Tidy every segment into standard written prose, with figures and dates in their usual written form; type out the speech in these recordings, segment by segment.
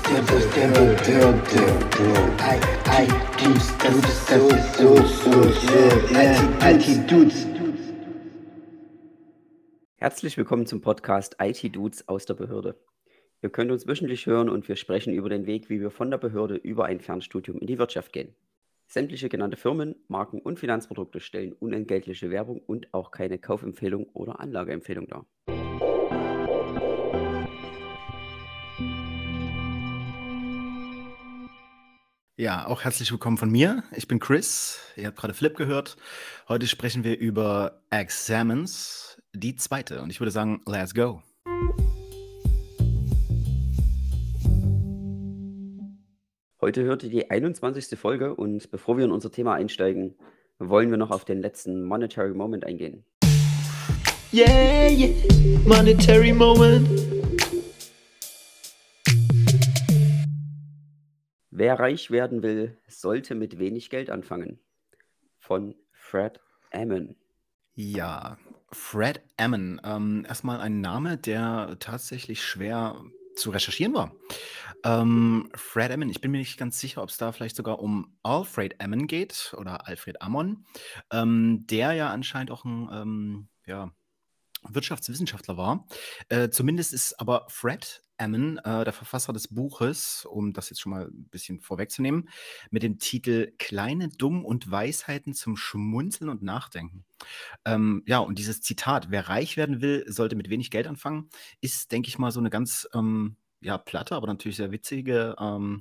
Herzlich willkommen zum Podcast IT-Dudes aus der Behörde. Ihr könnt uns wöchentlich hören und wir sprechen über den Weg, wie wir von der Behörde über ein Fernstudium in die Wirtschaft gehen. Sämtliche genannte Firmen, Marken und Finanzprodukte stellen unentgeltliche Werbung und auch keine Kaufempfehlung oder Anlageempfehlung dar. Ja, auch herzlich willkommen von mir. Ich bin Chris. Ihr habt gerade Flip gehört. Heute sprechen wir über Examens, die zweite. Und ich würde sagen, let's go. Heute hört ihr die 21. Folge und bevor wir in unser Thema einsteigen, wollen wir noch auf den letzten Monetary Moment eingehen. Yeah, Monetary Moment. Wer reich werden will, sollte mit wenig Geld anfangen. Von Fred Ammon. Ja, Fred Ammon. Erstmal ein Name, der tatsächlich schwer zu recherchieren war. Fred Ammon, ich bin mir nicht ganz sicher, ob es da vielleicht sogar um Alfred Ammon geht oder Alfred Ammon, der ja anscheinend auch ein Wirtschaftswissenschaftler war. Zumindest ist aber Fred Ammon der Verfasser des Buches, um das jetzt schon mal ein bisschen vorwegzunehmen, mit dem Titel Kleine Dumm und Weisheiten zum Schmunzeln und Nachdenken. Und dieses Zitat, wer reich werden will, sollte mit wenig Geld anfangen, ist, denke ich mal, so eine ganz platte, aber natürlich sehr witzige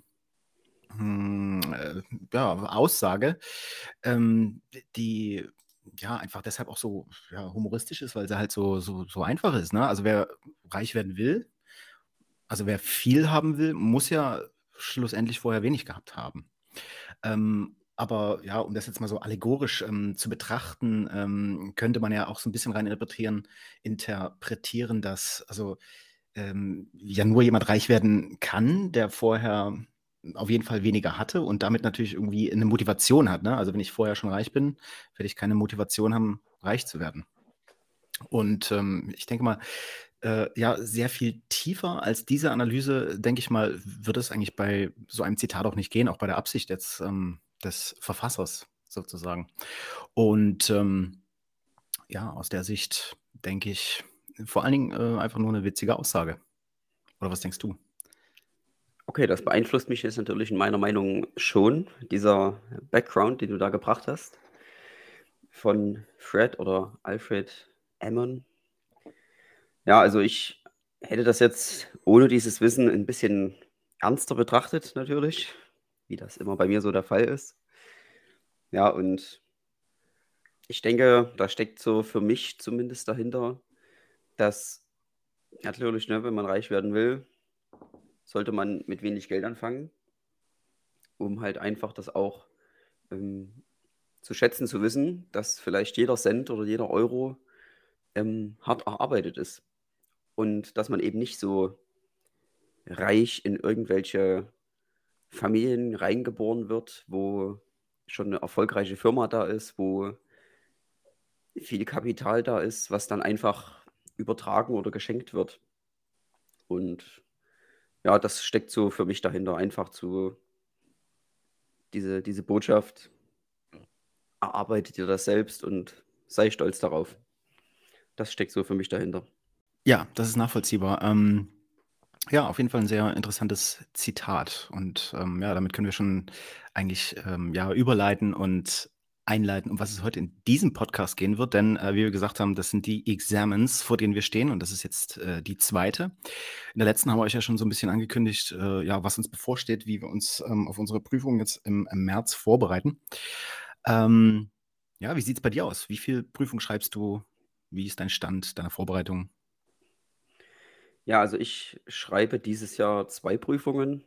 Aussage, die einfach deshalb auch so humoristisch ist, weil sie halt so einfach ist. Ne? Also wer reich werden will, also wer viel haben will, muss ja schlussendlich vorher wenig gehabt haben. Aber ja, um das jetzt mal so allegorisch zu betrachten, könnte man ja auch so ein bisschen rein interpretieren, dass nur jemand reich werden kann, der vorher auf jeden Fall weniger hatte und damit natürlich irgendwie eine Motivation hat. Ne? Also wenn ich vorher schon reich bin, werde ich keine Motivation haben, reich zu werden. Und ich denke mal, sehr viel tiefer als diese Analyse, denke ich mal, wird es eigentlich bei so einem Zitat auch nicht gehen, auch bei der Absicht jetzt des Verfassers sozusagen. Und aus der Sicht denke ich vor allen Dingen einfach nur eine witzige Aussage. Oder was denkst du? Okay, das beeinflusst mich jetzt natürlich in meiner Meinung schon, dieser Background, den du da gebracht hast, von Fred oder Alfred Ammon. Ja, also ich hätte das jetzt ohne dieses Wissen ein bisschen ernster betrachtet natürlich, wie das immer bei mir so der Fall ist. Ja, und ich denke, da steckt so für mich zumindest dahinter, dass natürlich, ne, wenn man reich werden will, sollte man mit wenig Geld anfangen, um halt einfach das auch zu schätzen zu wissen, dass vielleicht jeder Cent oder jeder Euro hart erarbeitet ist. Und dass man eben nicht so reich in irgendwelche Familien reingeboren wird, wo schon eine erfolgreiche Firma da ist, wo viel Kapital da ist, was dann einfach übertragen oder geschenkt wird. Und ja, das steckt so für mich dahinter, einfach diese Botschaft, erarbeitet dir das selbst und sei stolz darauf. Das steckt so für mich dahinter. Ja, das ist nachvollziehbar. Auf jeden Fall ein sehr interessantes Zitat. Und damit können wir schon eigentlich überleiten und einleiten, um was es heute in diesem Podcast gehen wird. Denn wie wir gesagt haben, das sind die Examens, vor denen wir stehen. Und das ist jetzt die zweite. In der letzten haben wir euch ja schon so ein bisschen angekündigt, was uns bevorsteht, wie wir uns auf unsere Prüfung jetzt im März vorbereiten. Wie sieht es bei dir aus? Wie viel Prüfung schreibst du? Wie ist dein Stand deiner Vorbereitung? Ja, also ich schreibe dieses Jahr 2 Prüfungen.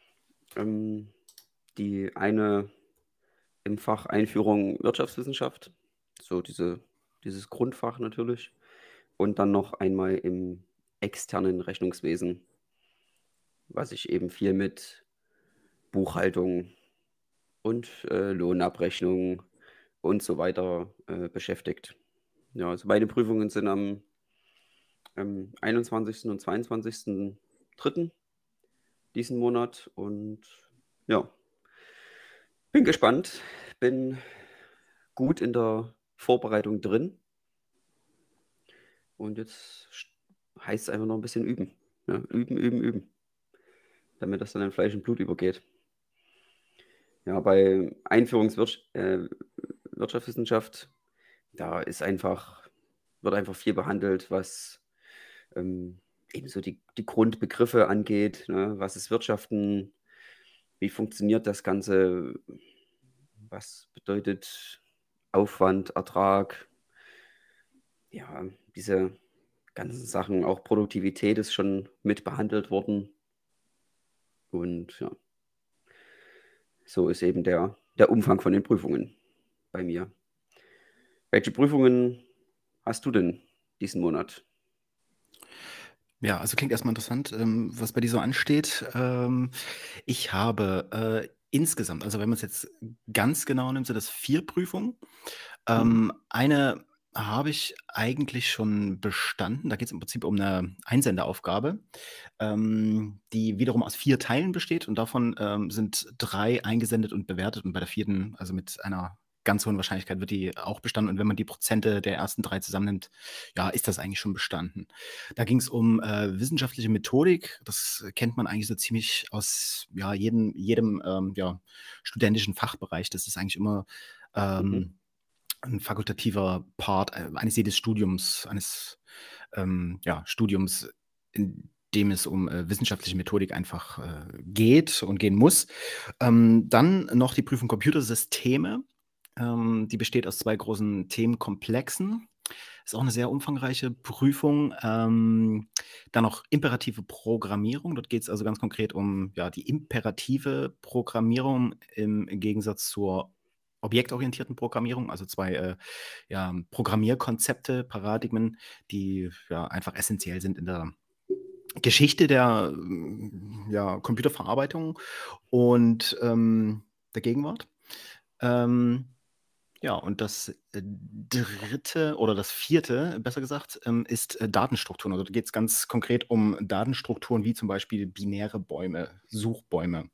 Die eine im Fach Einführung Wirtschaftswissenschaft, so dieses Grundfach natürlich, und dann noch einmal im externen Rechnungswesen, was sich eben viel mit Buchhaltung und Lohnabrechnung und so weiter beschäftigt. Ja, also meine Prüfungen sind am 21. und 22.03. diesen Monat und ja, bin gespannt, bin gut in der Vorbereitung drin und jetzt heißt es einfach noch ein bisschen üben. Ja, üben, üben, üben, damit das dann in Fleisch und Blut übergeht. Ja, bei Wirtschaftswissenschaft, da wird einfach viel behandelt, was eben so die Grundbegriffe angeht. Ne? Was ist Wirtschaften? Wie funktioniert das Ganze? Was bedeutet Aufwand, Ertrag? Ja, diese ganzen Sachen, auch Produktivität ist schon mit behandelt worden. Und ja, so ist eben der Umfang von den Prüfungen bei mir. Welche Prüfungen hast du denn diesen Monat? Ja, also klingt erstmal interessant, was bei dir so ansteht. Ich habe insgesamt, also wenn man es jetzt ganz genau nimmt, sind das 4 Prüfungen. Eine habe ich eigentlich schon bestanden. Da geht es im Prinzip um eine Einsenderaufgabe, die wiederum aus 4 Teilen besteht und davon sind 3 eingesendet und bewertet und bei der 4., also mit einer ganz hohen Wahrscheinlichkeit, wird die auch bestanden und wenn man die Prozente der ersten 3 zusammennimmt, ja, ist das eigentlich schon bestanden. Da ging es um wissenschaftliche Methodik. Das kennt man eigentlich so ziemlich aus ja, jedem ja, studentischen Fachbereich. Das ist eigentlich immer ein fakultativer Part eines jedes Studiums, ja, Studiums, in dem es um wissenschaftliche Methodik einfach geht und gehen muss. Dann noch die Prüfung Computersysteme. Die besteht aus 2 großen Themenkomplexen. Ist auch eine sehr umfangreiche Prüfung. Dann noch imperative Programmierung. Dort geht es also ganz konkret um ja, die imperative Programmierung im Gegensatz zur objektorientierten Programmierung, also 2 ja, Programmierkonzepte, Paradigmen, die ja, einfach essentiell sind in der Geschichte der ja, Computerverarbeitung und der Gegenwart. Ja, und das 3. oder das 4., besser gesagt, ist Datenstrukturen. Also da geht es ganz konkret um Datenstrukturen wie zum Beispiel binäre Bäume, Suchbäume.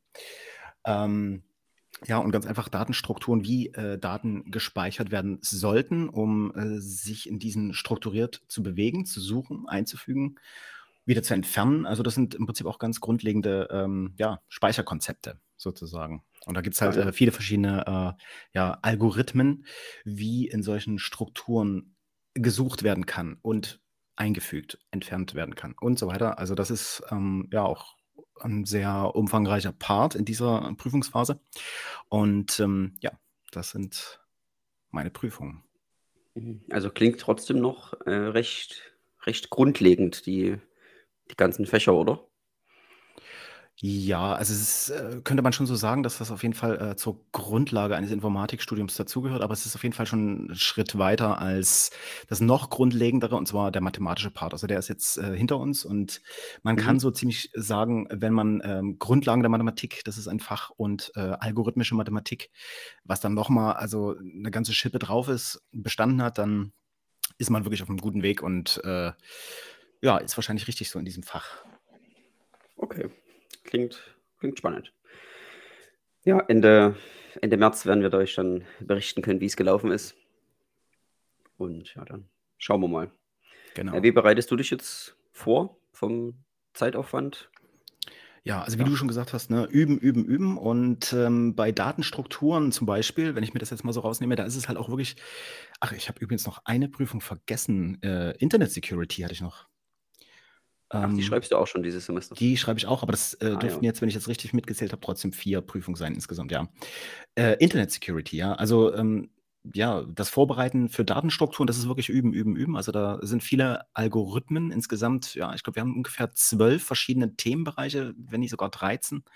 Ja, und ganz einfach Datenstrukturen, wie Daten gespeichert werden sollten, um sich in diesen strukturiert zu bewegen, zu suchen, einzufügen, wieder zu entfernen. Also das sind im Prinzip auch ganz grundlegende ja, Speicherkonzepte sozusagen. Und da gibt es halt viele verschiedene ja, Algorithmen, wie in solchen Strukturen gesucht werden kann und eingefügt, entfernt werden kann und so weiter. Also das ist ja auch ein sehr umfangreicher Part in dieser Prüfungsphase. Und ja, das sind meine Prüfungen. Also klingt trotzdem noch recht grundlegend, die ganzen Fächer, oder? Ja, also es ist, könnte man schon so sagen, dass das auf jeden Fall zur Grundlage eines Informatikstudiums dazugehört, aber es ist auf jeden Fall schon ein Schritt weiter als das noch grundlegendere, und zwar der mathematische Part. Also der ist jetzt hinter uns und man kann so ziemlich sagen, wenn man Grundlagen der Mathematik, das ist ein Fach, und algorithmische Mathematik, was dann nochmal also eine ganze Schippe drauf ist, bestanden hat, dann ist man wirklich auf einem guten Weg und ja, ist wahrscheinlich richtig so in diesem Fach. Okay, klingt spannend. Ja, Ende März werden wir euch dann berichten können, wie es gelaufen ist. Und ja, dann schauen wir mal. Genau. Wie bereitest du dich jetzt vor vom Zeitaufwand? Ja, also wie du schon gesagt hast, ne, üben, üben, üben. Und bei Datenstrukturen zum Beispiel, wenn ich mir das jetzt mal so rausnehme, da ist es halt auch wirklich, ach, ich habe übrigens noch eine Prüfung vergessen. Internet Security hatte ich noch. Ach, die schreibst du auch schon dieses Semester? Die schreibe ich auch, aber das dürften ja. jetzt, wenn ich jetzt richtig mitgezählt habe, trotzdem 4 Prüfungen sein insgesamt, ja. Internet Security, ja. Also ja, das Vorbereiten für Datenstrukturen, das ist wirklich üben, üben, üben. Also da sind viele Algorithmen insgesamt, ja, ich glaube, wir haben ungefähr 12 verschiedene Themenbereiche, wenn nicht sogar 13.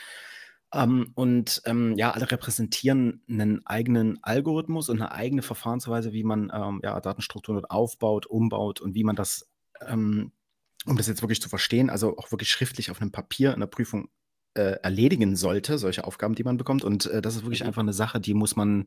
Und ja, alle repräsentieren einen eigenen Algorithmus und eine eigene Verfahrensweise, wie man ja, Datenstrukturen dort aufbaut, umbaut und wie man das, um das jetzt wirklich zu verstehen, also auch wirklich schriftlich auf einem Papier in der Prüfung erledigen sollte, solche Aufgaben, die man bekommt. Und das ist wirklich einfach eine Sache, die muss man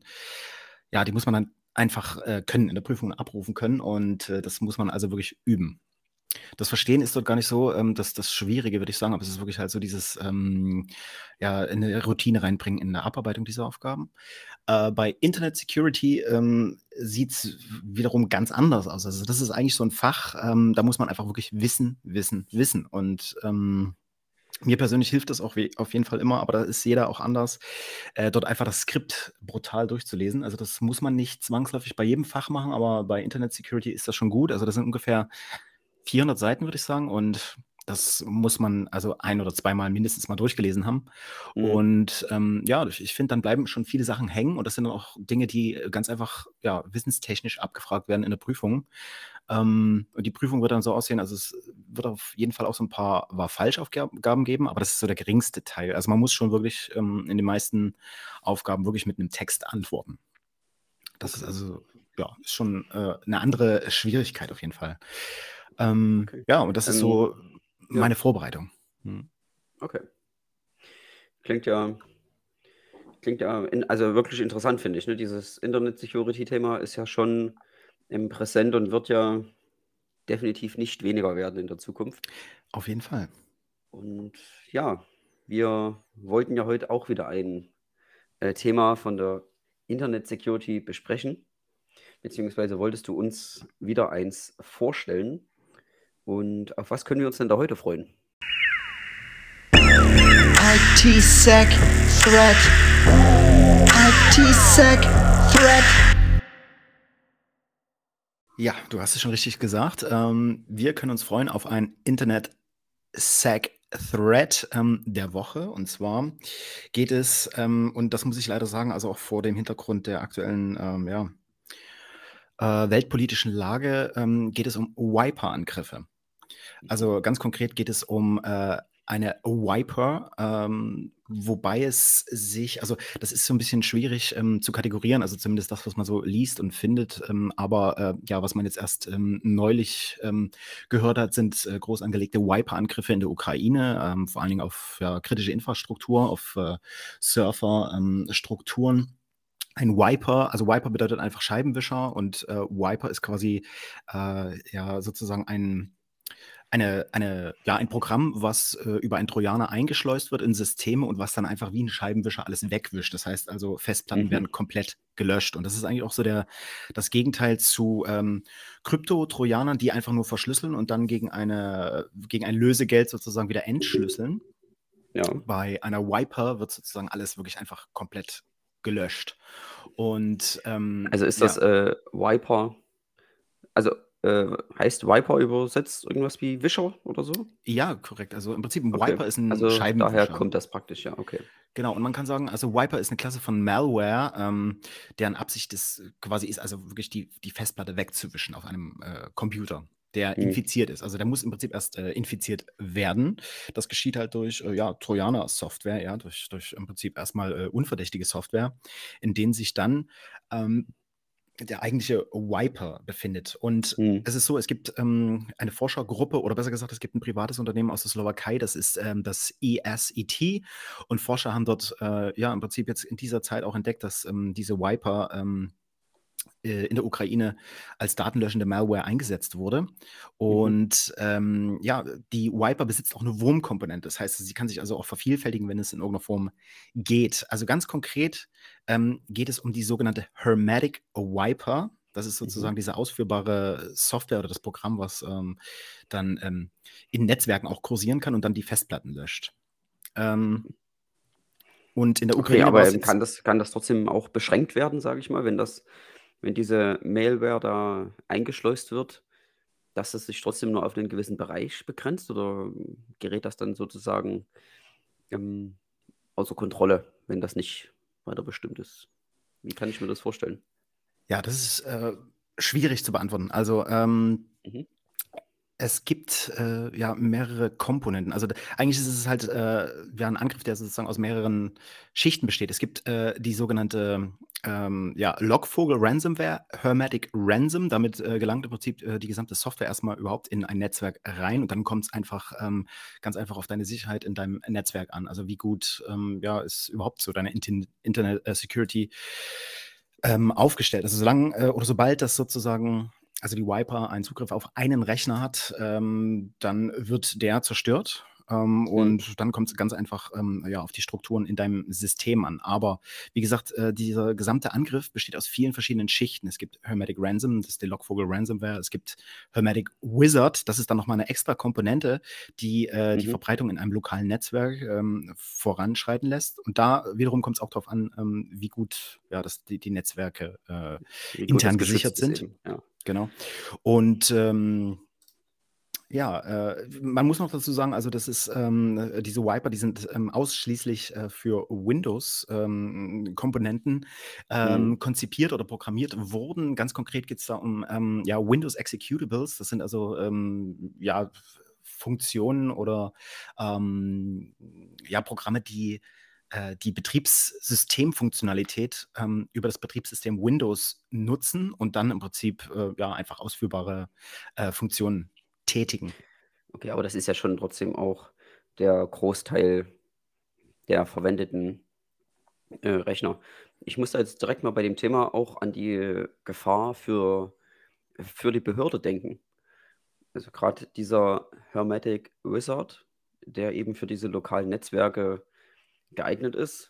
dann einfach können, in der Prüfung abrufen können. Und das muss man also wirklich üben. Das Verstehen ist dort gar nicht so das Schwierige, würde ich sagen, aber es ist wirklich halt so dieses ja, eine Routine reinbringen in der Abarbeitung dieser Aufgaben. Bei Internet Security sieht es wiederum ganz anders aus. Also das ist eigentlich so ein Fach, da muss man einfach wirklich wissen, wissen, wissen. Und mir persönlich hilft das auch auf jeden Fall immer, aber da ist jeder auch anders, dort einfach das Skript brutal durchzulesen. Also das muss man nicht zwangsläufig bei jedem Fach machen, aber bei Internet Security ist das schon gut. Also das sind ungefähr 400 Seiten, würde ich sagen. Und das muss man also ein- oder zweimal mindestens mal durchgelesen haben. Mhm. Und ja, ich finde, dann bleiben schon viele Sachen hängen. Und das sind dann auch Dinge, die ganz einfach ja, wissenstechnisch abgefragt werden in der Prüfung. Und die Prüfung wird dann so aussehen, also es wird auf jeden Fall auch so ein paar Wahr-Falsch-Aufgaben geben, aber das ist so der geringste Teil. Also man muss schon wirklich in den meisten Aufgaben wirklich mit einem Text antworten. Das ist Okay. also, ja, ist schon eine andere Schwierigkeit auf jeden Fall. Okay. Ja, und das ist so Ja. meine Vorbereitung. Hm. Okay. Klingt ja also wirklich interessant, finde ich, ne? Dieses Internet-Security-Thema ist ja schon präsent und wird ja definitiv nicht weniger werden in der Zukunft. Auf jeden Fall. Und ja, wir wollten ja heute auch wieder ein Thema von der Internet-Security besprechen, beziehungsweise wolltest du uns wieder eins vorstellen. Und auf was können wir uns denn da heute freuen? ITsec Threat. ITsec Threat. Ja, du hast es schon richtig gesagt. Wir können uns freuen auf ein Internet-Sec-Thread der Woche. Und zwar geht es, und das muss ich leider sagen, also auch vor dem Hintergrund der aktuellen ja, weltpolitischen Lage, geht es um Wiper-Angriffe. Also ganz konkret geht es um eine Wiper, wobei es sich, also das ist so ein bisschen schwierig zu kategorieren, also zumindest das, was man so liest und findet, aber ja, was man jetzt erst neulich gehört hat, sind groß angelegte Wiper-Angriffe in der Ukraine, vor allen Dingen auf ja, kritische Infrastruktur, auf Surfer-Strukturen. Ein Wiper, also Wiper bedeutet einfach Scheibenwischer und Wiper ist quasi ja sozusagen ein Programm, was über einen Trojaner eingeschleust wird in Systeme und was dann einfach wie ein Scheibenwischer alles wegwischt. Das heißt also, Festplatten werden komplett gelöscht. Und das ist eigentlich auch so das Gegenteil zu Krypto-Trojanern, die einfach nur verschlüsseln und dann gegen ein Lösegeld sozusagen wieder entschlüsseln. Ja. Bei einer Wiper wird sozusagen alles wirklich einfach komplett gelöscht. Und Also ist das Wiper, also heißt Wiper übersetzt irgendwas wie Wischer oder so? ja, korrekt. Also im Prinzip ein Okay. Wiper ist ein Also daher Scheibenwischer. kommt das praktisch, ja, okay. Genau, und man kann sagen, also Wiper ist eine Klasse von Malware, deren Absicht ist quasi ist, also wirklich die Festplatte wegzuwischen auf einem Computer, der infiziert ist. Also der muss im Prinzip erst infiziert werden. Das geschieht halt durch ja, Trojaner-Software, ja, durch im Prinzip erstmal unverdächtige Software, in denen sich dann der eigentliche Wiper befindet. Und es ist so, es gibt eine Forschergruppe, oder besser gesagt, es gibt ein privates Unternehmen aus der Slowakei, das ist das ESET. Und Forscher haben dort ja im Prinzip jetzt in dieser Zeit auch entdeckt, dass diese Wiper in der Ukraine als datenlöschende Malware eingesetzt wurde. Und ja, die Wiper besitzt auch eine Wurmkomponente. Das heißt, sie kann sich also auch vervielfältigen, wenn es in irgendeiner Form geht. Also ganz konkret geht es um die sogenannte Hermetic Wiper. Das ist sozusagen diese ausführbare Software oder das Programm, was dann in Netzwerken auch kursieren kann und dann die Festplatten löscht. Und in der Ukraine aber war es kann das trotzdem auch beschränkt werden, sage ich mal, wenn diese Malware da eingeschleust wird, dass es sich trotzdem nur auf einen gewissen Bereich begrenzt, oder gerät das dann sozusagen außer Kontrolle, wenn das nicht weiter bestimmt ist? Wie kann ich mir das vorstellen? Ja, das ist schwierig zu beantworten. Also es gibt ja mehrere Komponenten. Also eigentlich ist es halt ja, ein Angriff, der sozusagen aus mehreren Schichten besteht. Es gibt die sogenannte ja, Lockvogel Ransomware, Hermetic Ransom. Damit gelangt im Prinzip die gesamte Software erstmal überhaupt in ein Netzwerk rein und dann kommt es einfach ganz einfach auf deine Sicherheit in deinem Netzwerk an. Also wie gut ja, ist überhaupt so deine Internet Security aufgestellt. Also solange oder sobald das sozusagen also die Wiper einen Zugriff auf einen Rechner hat, dann wird der zerstört. Und dann kommt es ganz einfach ja, auf die Strukturen in deinem System an. Aber wie gesagt, dieser gesamte Angriff besteht aus vielen verschiedenen Schichten. Es gibt Hermetic Ransom, das ist die Lockvogel Ransomware. Es gibt Hermetic Wizard, das ist dann nochmal eine extra Komponente, die die Verbreitung in einem lokalen Netzwerk voranschreiten lässt. Und da wiederum kommt es auch darauf an, wie gut ja, die Netzwerke intern gesichert sind. Eben, ja. Genau. Und ja, man muss noch dazu sagen, also das ist diese Wiper, die sind ausschließlich für Windows-Komponenten konzipiert oder programmiert worden. Ganz konkret geht es da um ja, Windows Executables. Das sind also ja, Funktionen oder ja, Programme, die die Betriebssystemfunktionalität über das Betriebssystem Windows nutzen und dann im Prinzip ja, einfach ausführbare Funktionen tätigen. Okay, aber das ist ja schon trotzdem auch der Großteil der verwendeten Rechner. Ich muss da jetzt direkt mal bei dem Thema auch an die Gefahr für die Behörde denken. Also gerade dieser Hermetic Wizard, der eben für diese lokalen Netzwerke geeignet ist,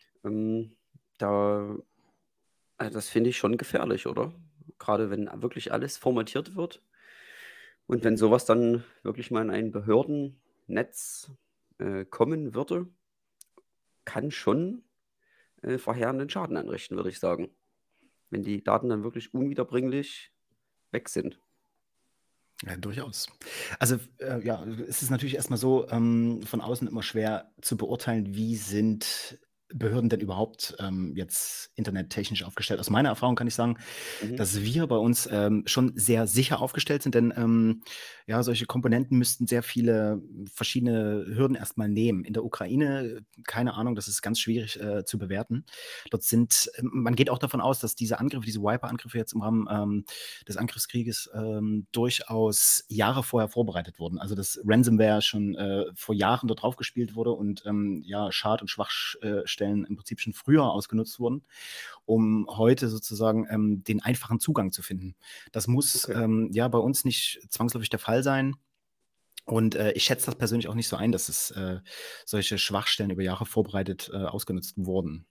also das finde ich schon gefährlich, oder? Gerade wenn wirklich alles formatiert wird. Und wenn sowas dann wirklich mal in ein Behördennetz kommen würde, kann schon verheerenden Schaden anrichten, würde ich sagen. Wenn die Daten dann wirklich unwiederbringlich weg sind. Ja, durchaus. Also ja, es ist natürlich erstmal so von außen immer schwer zu beurteilen, wie sind Behörden denn überhaupt jetzt internettechnisch aufgestellt? Aus meiner Erfahrung kann ich sagen, dass wir bei uns schon sehr sicher aufgestellt sind, denn ja, solche Komponenten müssten sehr viele verschiedene Hürden erstmal nehmen. In der Ukraine, keine Ahnung, das ist ganz schwierig zu bewerten. Dort man geht auch davon aus, dass diese Angriffe, diese Wiper-Angriffe jetzt im Rahmen des Angriffskrieges durchaus Jahre vorher vorbereitet wurden. Also dass Ransomware schon vor Jahren dort drauf gespielt wurde und ja, Schad- und Schwachstellen im Prinzip schon früher ausgenutzt wurden, um heute sozusagen den einfachen Zugang zu finden. Das muss ja bei uns nicht zwangsläufig der Fall sein. Und ich schätze das persönlich auch nicht so ein, dass es solche Schwachstellen über Jahre vorbereitet ausgenutzt wurden.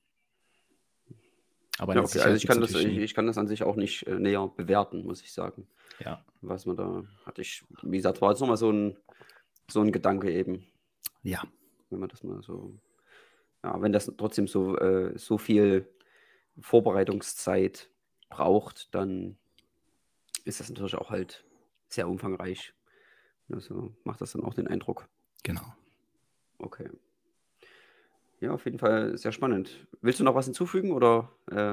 Aber ja, okay, also ich kann das an sich auch nicht näher bewerten, muss ich sagen. Ja. Was man da hatte wie gesagt, war jetzt nochmal so ein Gedanke eben. Ja. Wenn man das mal so, ja, wenn das trotzdem so viel Vorbereitungszeit braucht, dann ist das natürlich auch halt sehr umfangreich. Also macht das dann auch den Eindruck. Genau. Okay. Ja, auf jeden Fall sehr spannend. Willst du noch was hinzufügen oder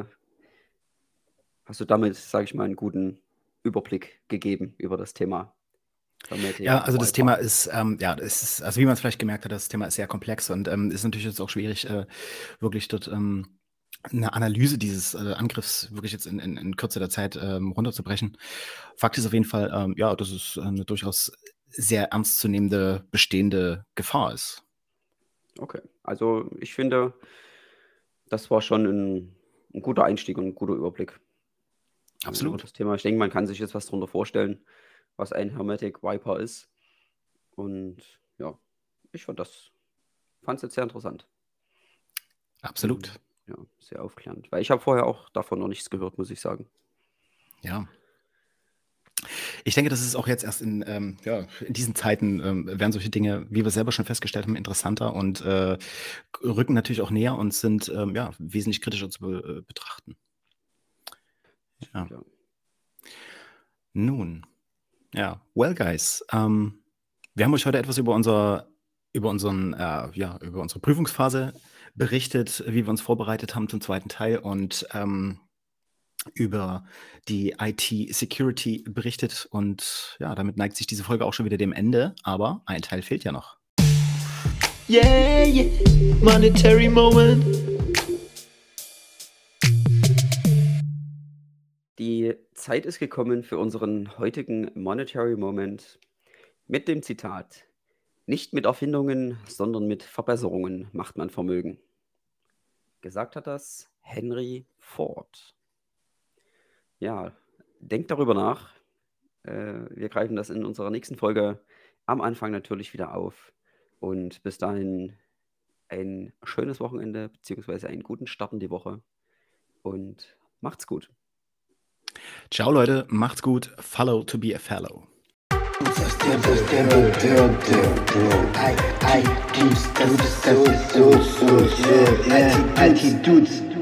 hast du damit, sage ich mal, einen guten Überblick gegeben über das Thema? Ja, also das Thema ist, ja, also wie man es vielleicht gemerkt hat, das Thema ist sehr komplex und ist natürlich jetzt auch schwierig, wirklich dort eine Analyse dieses Angriffs wirklich jetzt in Kürze der Zeit runterzubrechen. Fakt ist auf jeden Fall, ja, dass es eine durchaus sehr ernstzunehmende bestehende Gefahr ist. Okay, also ich finde, das war schon ein guter Einstieg und ein guter Überblick. Absolut. Das Thema, ich denke, man kann sich jetzt was darunter vorstellen, was ein Hermetic Wiper ist. Und ja, ich fand es jetzt sehr interessant. Absolut. Ja, sehr aufklärend. Weil ich habe vorher auch davon noch nichts gehört, muss ich sagen. Ja. Ich denke, das ist auch jetzt erst in diesen Zeiten werden solche Dinge, wie wir selber schon festgestellt haben, interessanter und rücken natürlich auch näher und sind ja, wesentlich kritischer zu betrachten. Ja. Nun, ja, well, guys, wir haben euch heute etwas über unsere Prüfungsphase berichtet, wie wir uns vorbereitet haben zum zweiten Teil und über die IT-Security berichtet. Und ja, damit neigt sich diese Folge auch schon wieder dem Ende, aber ein Teil fehlt ja noch. Yeah, yeah, monetary moment. Die Zeit ist gekommen für unseren heutigen Monetary Moment mit dem Zitat: Nicht mit Erfindungen, sondern mit Verbesserungen macht man Vermögen. Gesagt hat das Henry Ford. Ja, denkt darüber nach, Wir greifen das in unserer nächsten Folge am Anfang natürlich wieder auf. Und bis dahin ein schönes Wochenende, beziehungsweise einen guten Start in die Woche. Und macht's gut. Ciao, Leute. Macht's gut. Follow to be a fellow. IT Dudes.